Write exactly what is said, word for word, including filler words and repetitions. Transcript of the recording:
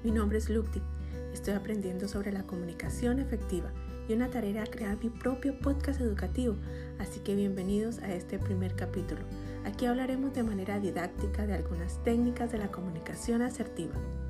Mi nombre es Lupti. Estoy aprendiendo sobre la comunicación efectiva y una tarea era crear mi propio podcast educativo, así que bienvenidos a este primer capítulo. Aquí hablaremos de manera didáctica de algunas técnicas de la comunicación asertiva.